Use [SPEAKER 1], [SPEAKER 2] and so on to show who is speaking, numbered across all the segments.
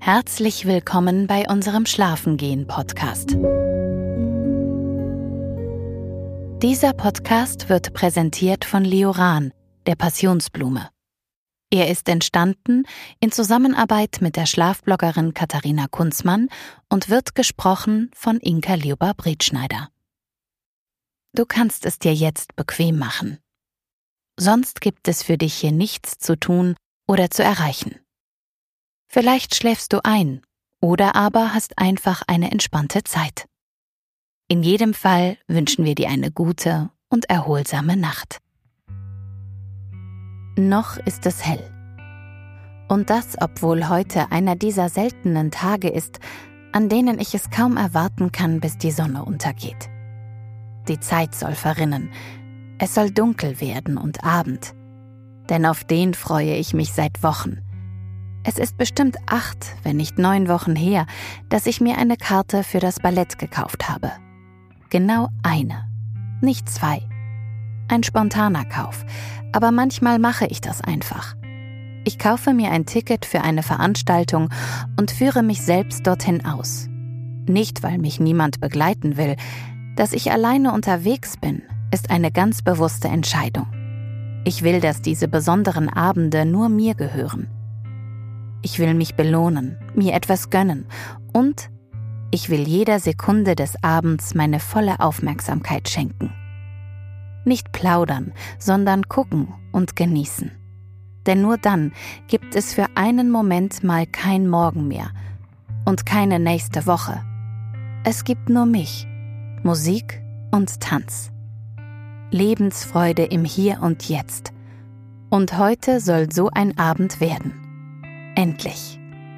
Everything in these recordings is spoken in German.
[SPEAKER 1] Herzlich willkommen bei unserem Schlafengehen-Podcast. Dieser Podcast wird präsentiert von Lioran, der Passionsblume. Er ist entstanden in Zusammenarbeit mit der Schlafbloggerin Katharina Kunzmann und wird gesprochen von Inka Lioba-Bretschneider. Du kannst es dir jetzt bequem machen. Sonst gibt es für dich hier nichts zu tun oder zu erreichen. Vielleicht schläfst du ein oder aber hast einfach eine entspannte Zeit. In jedem Fall wünschen wir dir eine gute und erholsame Nacht. Noch ist es hell. Und das, obwohl heute einer dieser seltenen Tage ist, an denen ich es kaum erwarten kann, bis die Sonne untergeht. Die Zeit soll verrinnen. Es soll dunkel werden und Abend. Denn auf den freue ich mich seit Wochen. Es ist bestimmt 8, wenn nicht 9 Wochen her, dass ich mir eine Karte für das Ballett gekauft habe. Genau eine, nicht 2. Ein spontaner Kauf, aber manchmal mache ich das einfach. Ich kaufe mir ein Ticket für eine Veranstaltung und führe mich selbst dorthin aus. Nicht, weil mich niemand begleiten will. Dass ich alleine unterwegs bin, ist eine ganz bewusste Entscheidung. Ich will, dass diese besonderen Abende nur mir gehören. Ich will mich belohnen, mir etwas gönnen und ich will jeder Sekunde des Abends meine volle Aufmerksamkeit schenken. Nicht plaudern, sondern gucken und genießen. Denn nur dann gibt es für einen Moment mal kein Morgen mehr und keine nächste Woche. Es gibt nur mich, Musik und Tanz. Lebensfreude im Hier und Jetzt. Und heute soll so ein Abend werden. Endlich.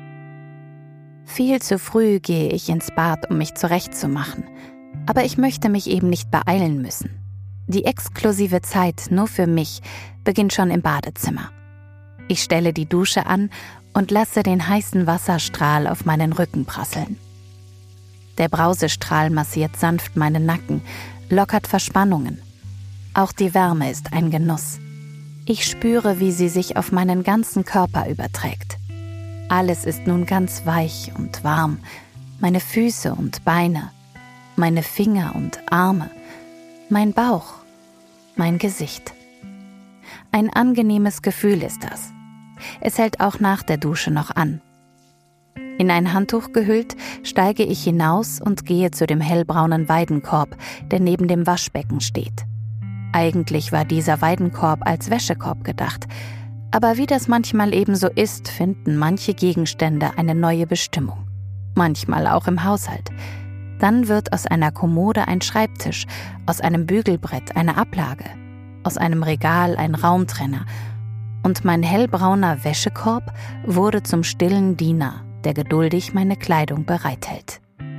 [SPEAKER 1] Viel zu früh gehe ich ins Bad, um mich zurechtzumachen. Aber ich möchte mich eben nicht beeilen müssen. Die exklusive Zeit nur für mich beginnt schon im Badezimmer. Ich stelle die Dusche an und lasse den heißen Wasserstrahl auf meinen Rücken prasseln. Der Brausestrahl massiert sanft meinen Nacken, lockert Verspannungen. Auch die Wärme ist ein Genuss. Ich spüre, wie sie sich auf meinen ganzen Körper überträgt. Alles ist nun ganz weich und warm. Meine Füße und Beine, meine Finger und Arme, mein Bauch, mein Gesicht. Ein angenehmes Gefühl ist das. Es hält auch nach der Dusche noch an. In ein Handtuch gehüllt, steige ich hinaus und gehe zu dem hellbraunen Weidenkorb, der neben dem Waschbecken steht. Eigentlich war dieser Weidenkorb als Wäschekorb gedacht, aber wie das manchmal eben so ist, finden manche Gegenstände eine neue Bestimmung. Manchmal auch im Haushalt. Dann wird aus einer Kommode ein Schreibtisch, aus einem Bügelbrett eine Ablage, aus einem Regal ein Raumtrenner. Und mein hellbrauner Wäschekorb wurde zum stillen Diener, der geduldig meine Kleidung bereithält.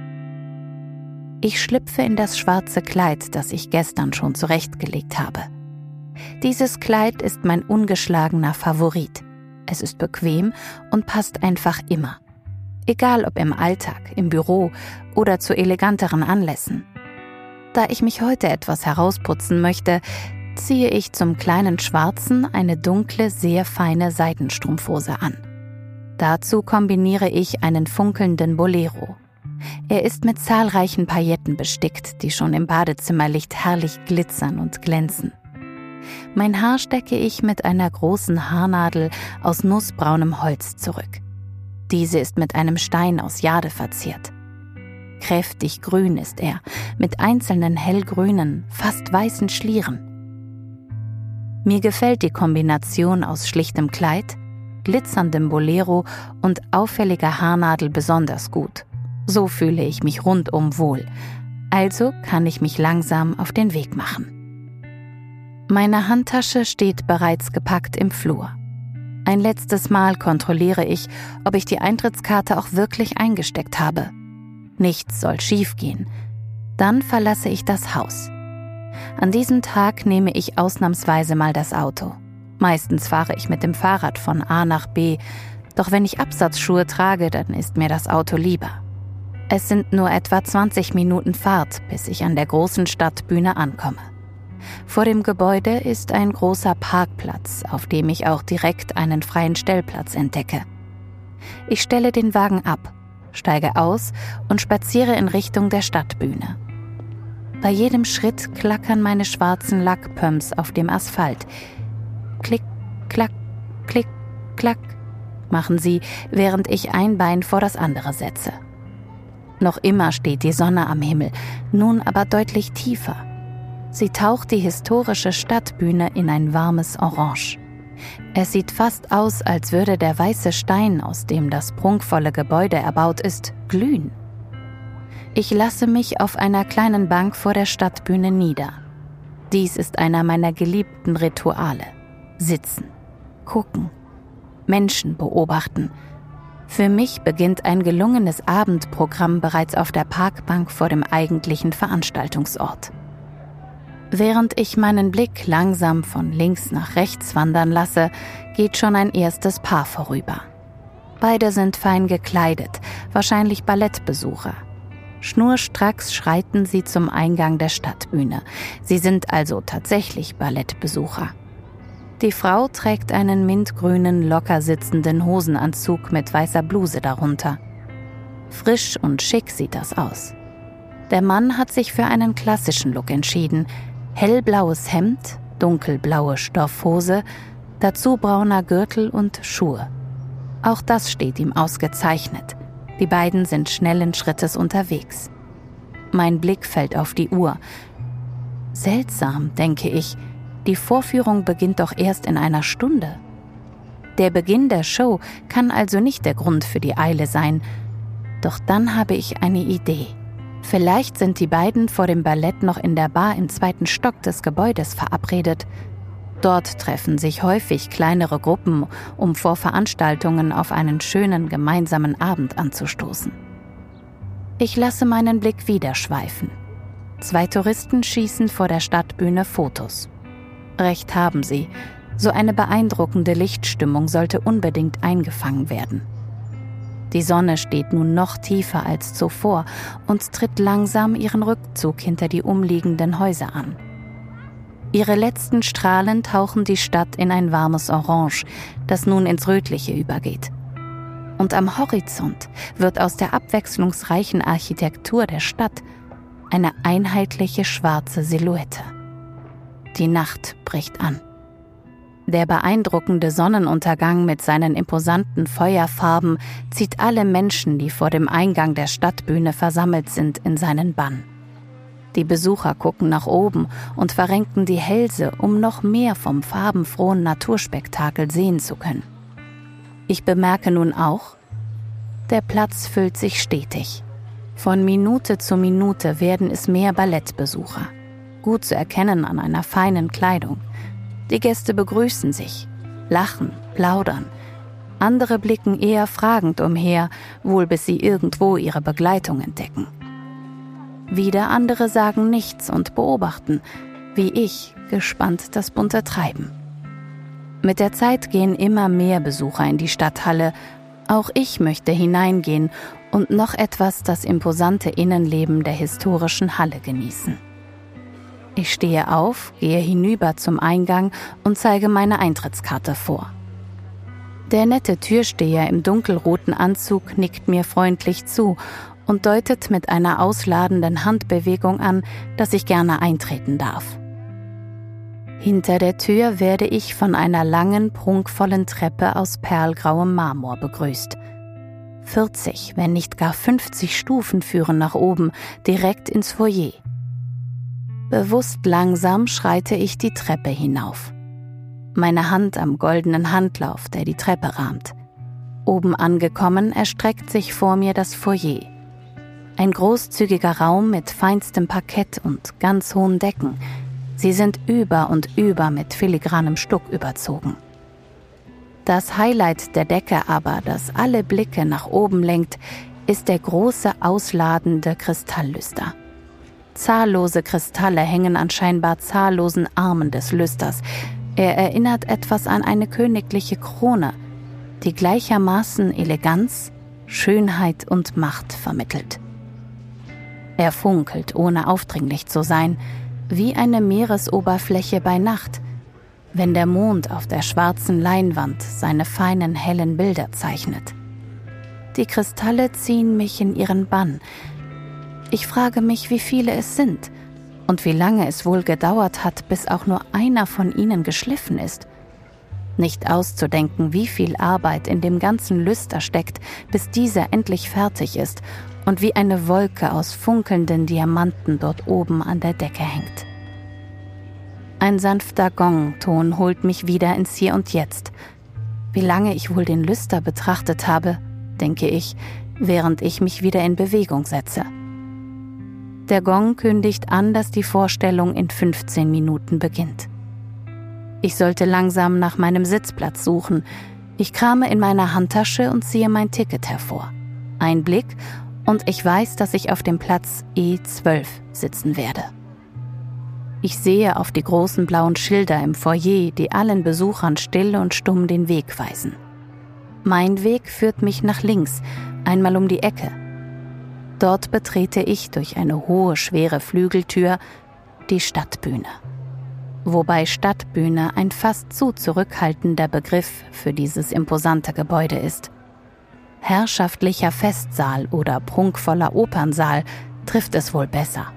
[SPEAKER 1] Ich schlüpfe in das schwarze Kleid, das ich gestern schon zurechtgelegt habe. Dieses Kleid ist mein ungeschlagener Favorit. Es ist bequem und passt einfach immer. Egal ob im Alltag, im Büro oder zu eleganteren Anlässen. Da ich mich heute etwas herausputzen möchte, ziehe ich zum kleinen Schwarzen eine dunkle, sehr feine Seidenstrumpfhose an. Dazu kombiniere ich einen funkelnden Bolero. Er ist mit zahlreichen Pailletten bestickt, die schon im Badezimmerlicht herrlich glitzern und glänzen. Mein Haar stecke ich mit einer großen Haarnadel aus nussbraunem Holz zurück. Diese ist mit einem Stein aus Jade verziert. Kräftig grün ist er, mit einzelnen hellgrünen, fast weißen Schlieren. Mir gefällt die Kombination aus schlichtem Kleid, glitzerndem Bolero und auffälliger Haarnadel besonders gut. So fühle ich mich rundum wohl. Also kann ich mich langsam auf den Weg machen. Meine Handtasche steht bereits gepackt im Flur. Ein letztes Mal kontrolliere ich, ob ich die Eintrittskarte auch wirklich eingesteckt habe. Nichts soll schiefgehen. Dann verlasse ich das Haus. An diesem Tag nehme ich ausnahmsweise mal das Auto. Meistens fahre ich mit dem Fahrrad von A nach B, doch wenn ich Absatzschuhe trage, dann ist mir das Auto lieber. Es sind nur etwa 20 Minuten Fahrt, bis ich an der großen Stadtbühne ankomme. Vor dem Gebäude ist ein großer Parkplatz, auf dem ich auch direkt einen freien Stellplatz entdecke. Ich stelle den Wagen ab, steige aus und spaziere in Richtung der Stadtbühne. Bei jedem Schritt klackern meine schwarzen Lackpumps auf dem Asphalt. Klick, klack, klick, klack, machen sie, während ich ein Bein vor das andere setze. Noch immer steht die Sonne am Himmel, nun aber deutlich tiefer. Sie taucht die historische Stadtbühne in ein warmes Orange. Es sieht fast aus, als würde der weiße Stein, aus dem das prunkvolle Gebäude erbaut ist, glühen. Ich lasse mich auf einer kleinen Bank vor der Stadtbühne nieder. Dies ist einer meiner geliebten Rituale. Sitzen, gucken, Menschen beobachten. Für mich beginnt ein gelungenes Abendprogramm bereits auf der Parkbank vor dem eigentlichen Veranstaltungsort. Während ich meinen Blick langsam von links nach rechts wandern lasse, geht schon ein erstes Paar vorüber. Beide sind fein gekleidet, wahrscheinlich Ballettbesucher. Schnurstracks schreiten sie zum Eingang der Stadtbühne. Sie sind also tatsächlich Ballettbesucher. Die Frau trägt einen mintgrünen, locker sitzenden Hosenanzug mit weißer Bluse darunter. Frisch und schick sieht das aus. Der Mann hat sich für einen klassischen Look entschieden. Hellblaues Hemd, dunkelblaue Stoffhose, dazu brauner Gürtel und Schuhe. Auch das steht ihm ausgezeichnet. Die beiden sind schnellen Schrittes unterwegs. Mein Blick fällt auf die Uhr. Seltsam, denke ich. Die Vorführung beginnt doch erst in einer Stunde. Der Beginn der Show kann also nicht der Grund für die Eile sein. Doch dann habe ich eine Idee. Vielleicht sind die beiden vor dem Ballett noch in der Bar im 2. Stock des Gebäudes verabredet. Dort treffen sich häufig kleinere Gruppen, um vor Veranstaltungen auf einen schönen gemeinsamen Abend anzustoßen. Ich lasse meinen Blick wieder schweifen. 2 Touristen schießen vor der Stadtbühne Fotos. Recht haben sie, so eine beeindruckende Lichtstimmung sollte unbedingt eingefangen werden. Die Sonne steht nun noch tiefer als zuvor und tritt langsam ihren Rückzug hinter die umliegenden Häuser an. Ihre letzten Strahlen tauchen die Stadt in ein warmes Orange, das nun ins Rötliche übergeht. Und am Horizont wird aus der abwechslungsreichen Architektur der Stadt eine einheitliche schwarze Silhouette. Die Nacht bricht an. Der beeindruckende Sonnenuntergang mit seinen imposanten Feuerfarben zieht alle Menschen, die vor dem Eingang der Stadtbühne versammelt sind, in seinen Bann. Die Besucher gucken nach oben und verrenken die Hälse, um noch mehr vom farbenfrohen Naturspektakel sehen zu können. Ich bemerke nun auch, der Platz füllt sich stetig. Von Minute zu Minute werden es mehr Ballettbesucher. Gut zu erkennen an einer feinen Kleidung. Die Gäste begrüßen sich, lachen, plaudern. Andere blicken eher fragend umher, wohl bis sie irgendwo ihre Begleitung entdecken. Wieder andere sagen nichts und beobachten, wie ich, gespannt das bunte Treiben. Mit der Zeit gehen immer mehr Besucher in die Stadthalle. Auch ich möchte hineingehen und noch etwas das imposante Innenleben der historischen Halle genießen. Ich stehe auf, gehe hinüber zum Eingang und zeige meine Eintrittskarte vor. Der nette Türsteher im dunkelroten Anzug nickt mir freundlich zu und deutet mit einer ausladenden Handbewegung an, dass ich gerne eintreten darf. Hinter der Tür werde ich von einer langen, prunkvollen Treppe aus perlgrauem Marmor begrüßt. 40, wenn nicht gar 50 Stufen führen nach oben, direkt ins Foyer. Bewusst langsam schreite ich die Treppe hinauf. Meine Hand am goldenen Handlauf, der die Treppe rahmt. Oben angekommen erstreckt sich vor mir das Foyer. Ein großzügiger Raum mit feinstem Parkett und ganz hohen Decken. Sie sind über und über mit filigranem Stuck überzogen. Das Highlight der Decke aber, das alle Blicke nach oben lenkt, ist der große, ausladende Kristalllüster. Zahllose Kristalle hängen an scheinbar zahllosen Armen des Lüsters. Er erinnert etwas an eine königliche Krone, die gleichermaßen Eleganz, Schönheit und Macht vermittelt. Er funkelt, ohne aufdringlich zu sein, wie eine Meeresoberfläche bei Nacht, wenn der Mond auf der schwarzen Leinwand seine feinen, hellen Bilder zeichnet. Die Kristalle ziehen mich in ihren Bann. Ich frage mich, wie viele es sind und wie lange es wohl gedauert hat, bis auch nur einer von ihnen geschliffen ist. Nicht auszudenken, wie viel Arbeit in dem ganzen Lüster steckt, bis dieser endlich fertig ist und wie eine Wolke aus funkelnden Diamanten dort oben an der Decke hängt. Ein sanfter Gongton holt mich wieder ins Hier und Jetzt. Wie lange ich wohl den Lüster betrachtet habe, denke ich, während ich mich wieder in Bewegung setze. Der Gong kündigt an, dass die Vorstellung in 15 Minuten beginnt. Ich sollte langsam nach meinem Sitzplatz suchen. Ich krame in meiner Handtasche und ziehe mein Ticket hervor. Ein Blick und ich weiß, dass ich auf dem Platz E12 sitzen werde. Ich sehe auf die großen blauen Schilder im Foyer, die allen Besuchern still und stumm den Weg weisen. Mein Weg führt mich nach links, einmal um die Ecke. Dort betrete ich durch eine hohe, schwere Flügeltür die Stadtbühne. Wobei Stadtbühne ein fast zu zurückhaltender Begriff für dieses imposante Gebäude ist. Herrschaftlicher Festsaal oder prunkvoller Opernsaal trifft es wohl besser.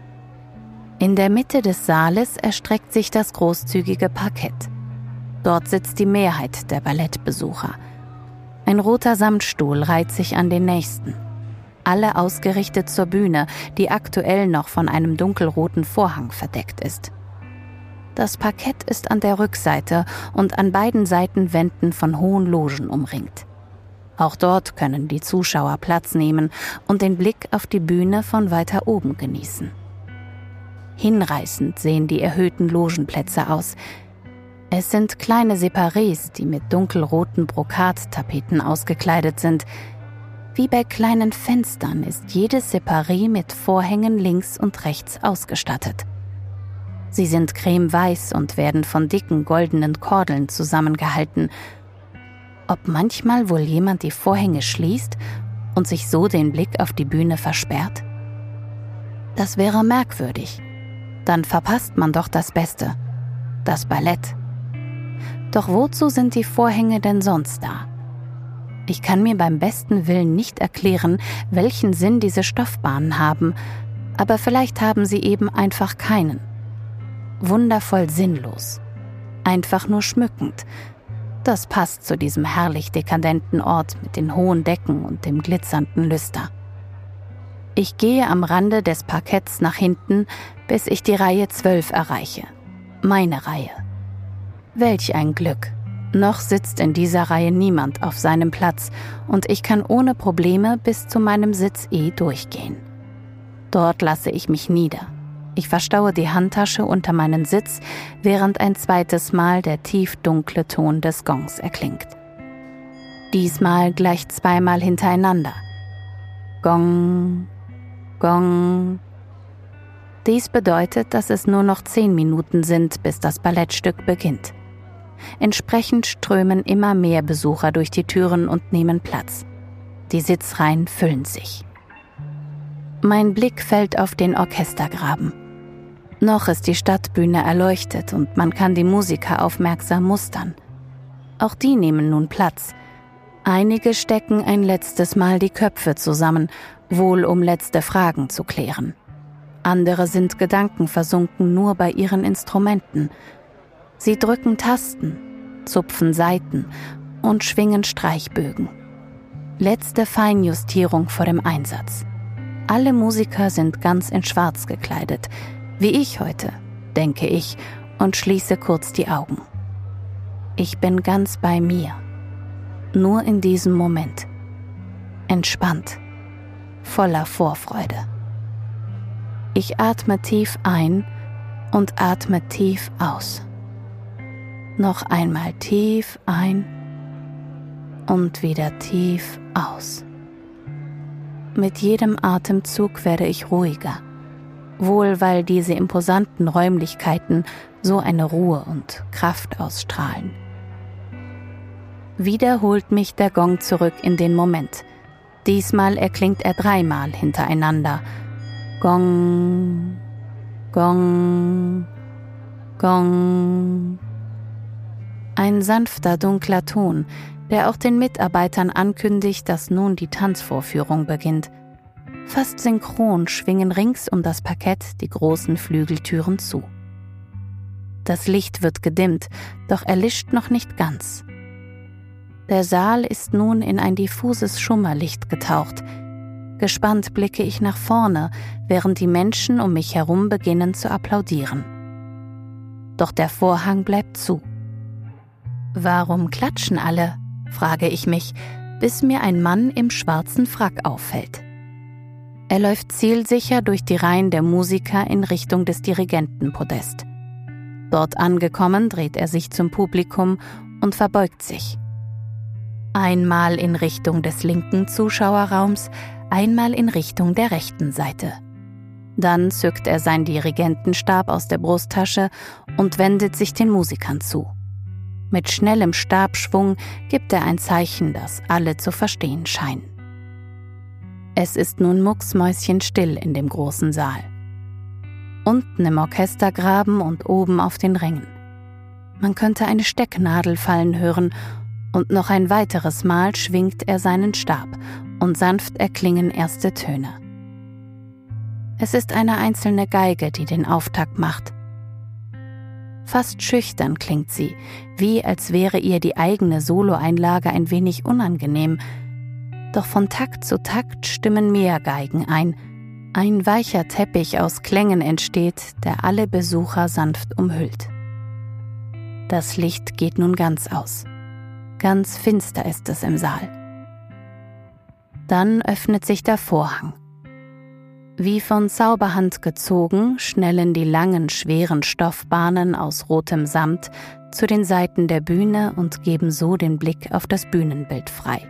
[SPEAKER 1] In der Mitte des Saales erstreckt sich das großzügige Parkett. Dort sitzt die Mehrheit der Ballettbesucher. Ein roter Samtstuhl reiht sich an den nächsten. Alle ausgerichtet zur Bühne, die aktuell noch von einem dunkelroten Vorhang verdeckt ist. Das Parkett ist an der Rückseite und an beiden Seitenwänden von hohen Logen umringt. Auch dort können die Zuschauer Platz nehmen und den Blick auf die Bühne von weiter oben genießen. Hinreißend sehen die erhöhten Logenplätze aus. Es sind kleine Separés, die mit dunkelroten Brokattapeten ausgekleidet sind. Wie bei kleinen Fenstern ist jedes Separé mit Vorhängen links und rechts ausgestattet. Sie sind cremeweiß und werden von dicken goldenen Kordeln zusammengehalten. Ob manchmal wohl jemand die Vorhänge schließt und sich so den Blick auf die Bühne versperrt? Das wäre merkwürdig. Dann verpasst man doch das Beste, das Ballett. Doch wozu sind die Vorhänge denn sonst da? Ich kann mir beim besten Willen nicht erklären, welchen Sinn diese Stoffbahnen haben, aber vielleicht haben sie eben einfach keinen. Wundervoll sinnlos. Einfach nur schmückend. Das passt zu diesem herrlich dekadenten Ort mit den hohen Decken und dem glitzernden Lüster. Ich gehe am Rande des Parketts nach hinten, bis ich die Reihe 12 erreiche. Meine Reihe. Welch ein Glück. Noch sitzt in dieser Reihe niemand auf seinem Platz und ich kann ohne Probleme bis zu meinem Sitz E durchgehen. Dort lasse ich mich nieder. Ich verstaue die Handtasche unter meinen Sitz, während ein zweites Mal der tiefdunkle Ton des Gongs erklingt. Diesmal gleich zweimal hintereinander. Gong, Gong. Dies bedeutet, dass es nur noch 10 Minuten sind, bis das Ballettstück beginnt. Entsprechend strömen immer mehr Besucher durch die Türen und nehmen Platz. Die Sitzreihen füllen sich. Mein Blick fällt auf den Orchestergraben. Noch ist die Stadtbühne erleuchtet und man kann die Musiker aufmerksam mustern. Auch die nehmen nun Platz. Einige stecken ein letztes Mal die Köpfe zusammen, wohl um letzte Fragen zu klären. Andere sind gedankenversunken nur bei ihren Instrumenten. Sie drücken Tasten, zupfen Saiten und schwingen Streichbögen. Letzte Feinjustierung vor dem Einsatz. Alle Musiker sind ganz in Schwarz gekleidet, wie ich heute, denke ich, und schließe kurz die Augen. Ich bin ganz bei mir. Nur in diesem Moment. Entspannt. Voller Vorfreude. Ich atme tief ein und atme tief aus. Noch einmal tief ein und wieder tief aus. Mit jedem Atemzug werde ich ruhiger, wohl weil diese imposanten Räumlichkeiten so eine Ruhe und Kraft ausstrahlen. Wieder holt mich der Gong zurück in den Moment. Diesmal erklingt er 3-mal hintereinander. Gong, Gong, Gong. Ein sanfter, dunkler Ton, der auch den Mitarbeitern ankündigt, dass nun die Tanzvorführung beginnt. Fast synchron schwingen rings um das Parkett die großen Flügeltüren zu. Das Licht wird gedimmt, doch erlischt noch nicht ganz. Der Saal ist nun in ein diffuses Schummerlicht getaucht. Gespannt blicke ich nach vorne, während die Menschen um mich herum beginnen zu applaudieren. Doch der Vorhang bleibt zu. Warum klatschen alle? Frage ich mich, bis mir ein Mann im schwarzen Frack auffällt. Er läuft zielsicher durch die Reihen der Musiker in Richtung des Dirigentenpodest. Dort angekommen, dreht er sich zum Publikum und verbeugt sich. Einmal in Richtung des linken Zuschauerraums, einmal in Richtung der rechten Seite. Dann zückt er seinen Dirigentenstab aus der Brusttasche und wendet sich den Musikern zu. Mit schnellem Stabschwung gibt er ein Zeichen, das alle zu verstehen scheinen. Es ist nun mucksmäuschenstill in dem großen Saal. Unten im Orchestergraben und oben auf den Rängen. Man könnte eine Stecknadel fallen hören, und noch ein weiteres Mal schwingt er seinen Stab und sanft erklingen erste Töne. Es ist eine einzelne Geige, die den Auftakt macht. Fast schüchtern klingt sie, wie als wäre ihr die eigene Soloeinlage ein wenig unangenehm. Doch von Takt zu Takt stimmen mehr Geigen ein. Ein weicher Teppich aus Klängen entsteht, der alle Besucher sanft umhüllt. Das Licht geht nun ganz aus. Ganz finster ist es im Saal. Dann öffnet sich der Vorhang. Wie von Zauberhand gezogen, schnellen die langen, schweren Stoffbahnen aus rotem Samt zu den Seiten der Bühne und geben so den Blick auf das Bühnenbild frei.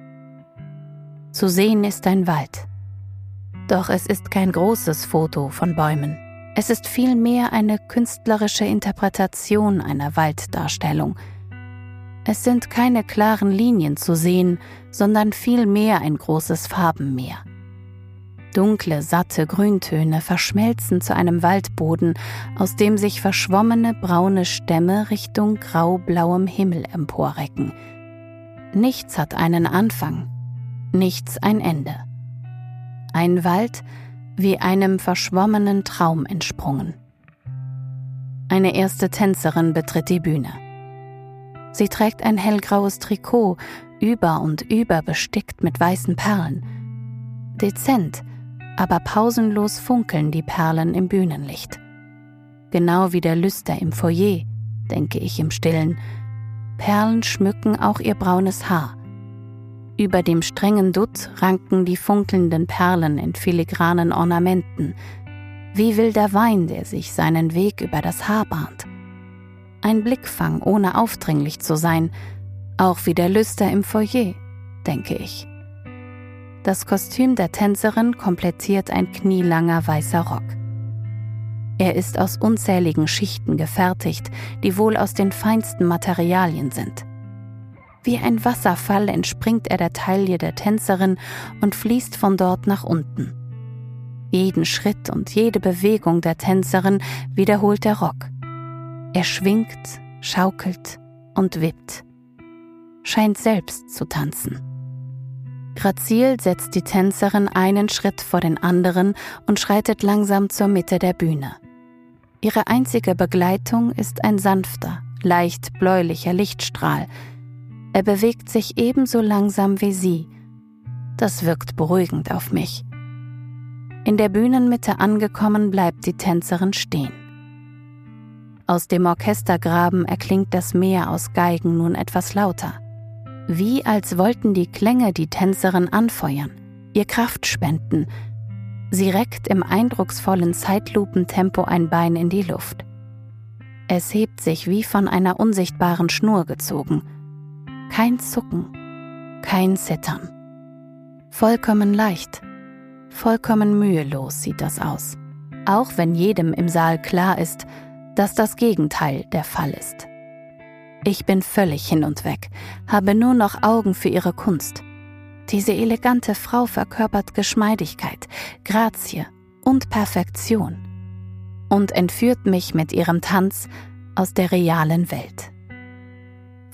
[SPEAKER 1] Zu sehen ist ein Wald. Doch es ist kein großes Foto von Bäumen. Es ist vielmehr eine künstlerische Interpretation einer Walddarstellung. Es sind keine klaren Linien zu sehen, sondern vielmehr ein großes Farbenmeer. Dunkle, satte Grüntöne verschmelzen zu einem Waldboden, aus dem sich verschwommene braune Stämme Richtung grau-blauem Himmel emporrecken. Nichts hat einen Anfang, nichts ein Ende. Ein Wald, wie einem verschwommenen Traum entsprungen. Eine erste Tänzerin betritt die Bühne. Sie trägt ein hellgraues Trikot, über und über bestickt mit weißen Perlen. Dezent, aber pausenlos funkeln die Perlen im Bühnenlicht. Genau wie der Lüster im Foyer, denke ich im Stillen. Perlen schmücken auch ihr braunes Haar. Über dem strengen Dutt ranken die funkelnden Perlen in filigranen Ornamenten, wie wilder Wein, der sich seinen Weg über das Haar bahnt. Ein Blickfang, ohne aufdringlich zu sein, auch wie der Lüster im Foyer, denke ich. Das Kostüm der Tänzerin komplettiert ein knielanger weißer Rock. Er ist aus unzähligen Schichten gefertigt, die wohl aus den feinsten Materialien sind. Wie ein Wasserfall entspringt er der Taille der Tänzerin und fließt von dort nach unten. Jeden Schritt und jede Bewegung der Tänzerin wiederholt der Rock. Er schwingt, schaukelt und wippt, scheint selbst zu tanzen. Grazil setzt die Tänzerin einen Schritt vor den anderen und schreitet langsam zur Mitte der Bühne. Ihre einzige Begleitung ist ein sanfter, leicht bläulicher Lichtstrahl. Er bewegt sich ebenso langsam wie sie. Das wirkt beruhigend auf mich. In der Bühnenmitte angekommen, bleibt die Tänzerin stehen. Aus dem Orchestergraben erklingt das Meer aus Geigen nun etwas lauter. Wie als wollten die Klänge die Tänzerin anfeuern, ihr Kraft spenden. Sie reckt im eindrucksvollen Zeitlupentempo ein Bein in die Luft. Es hebt sich wie von einer unsichtbaren Schnur gezogen. Kein Zucken, kein Zittern. Vollkommen leicht, vollkommen mühelos sieht das aus. Auch wenn jedem im Saal klar ist, dass das Gegenteil der Fall ist. Ich bin völlig hin und weg, habe nur noch Augen für ihre Kunst. Diese elegante Frau verkörpert Geschmeidigkeit, Grazie und Perfektion und entführt mich mit ihrem Tanz aus der realen Welt.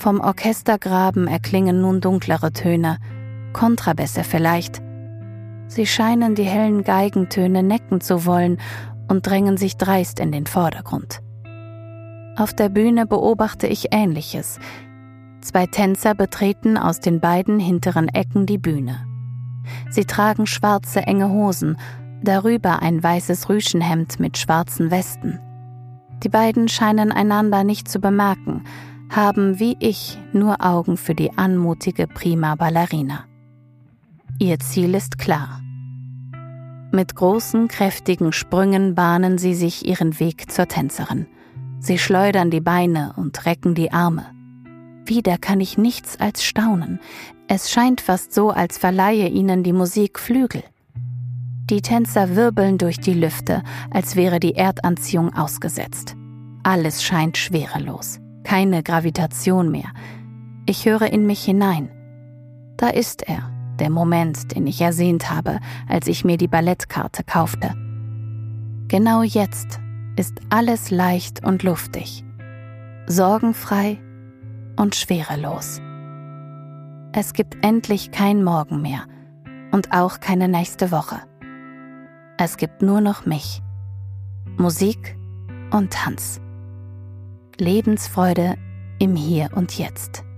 [SPEAKER 1] Vom Orchestergraben erklingen nun dunklere Töne, Kontrabässe vielleicht. Sie scheinen die hellen Geigentöne necken zu wollen und drängen sich dreist in den Vordergrund. Auf der Bühne beobachte ich Ähnliches. 2 Tänzer betreten aus den beiden hinteren Ecken die Bühne. Sie tragen schwarze, enge Hosen, darüber ein weißes Rüschenhemd mit schwarzen Westen. Die beiden scheinen einander nicht zu bemerken, haben wie ich nur Augen für die anmutige Prima Ballerina. Ihr Ziel ist klar. Mit großen, kräftigen Sprüngen bahnen sie sich ihren Weg zur Tänzerin. Sie schleudern die Beine und recken die Arme. Wieder kann ich nichts als staunen. Es scheint fast so, als verleihe ihnen die Musik Flügel. Die Tänzer wirbeln durch die Lüfte, als wäre die Erdanziehung ausgesetzt. Alles scheint schwerelos, keine Gravitation mehr. Ich höre in mich hinein. Da ist er, der Moment, den ich ersehnt habe, als ich mir die Ballettkarte kaufte. Genau jetzt ist alles leicht und luftig, sorgenfrei und schwerelos. Es gibt endlich kein Morgen mehr und auch keine nächste Woche. Es gibt nur noch mich, Musik und Tanz. Lebensfreude im Hier und Jetzt.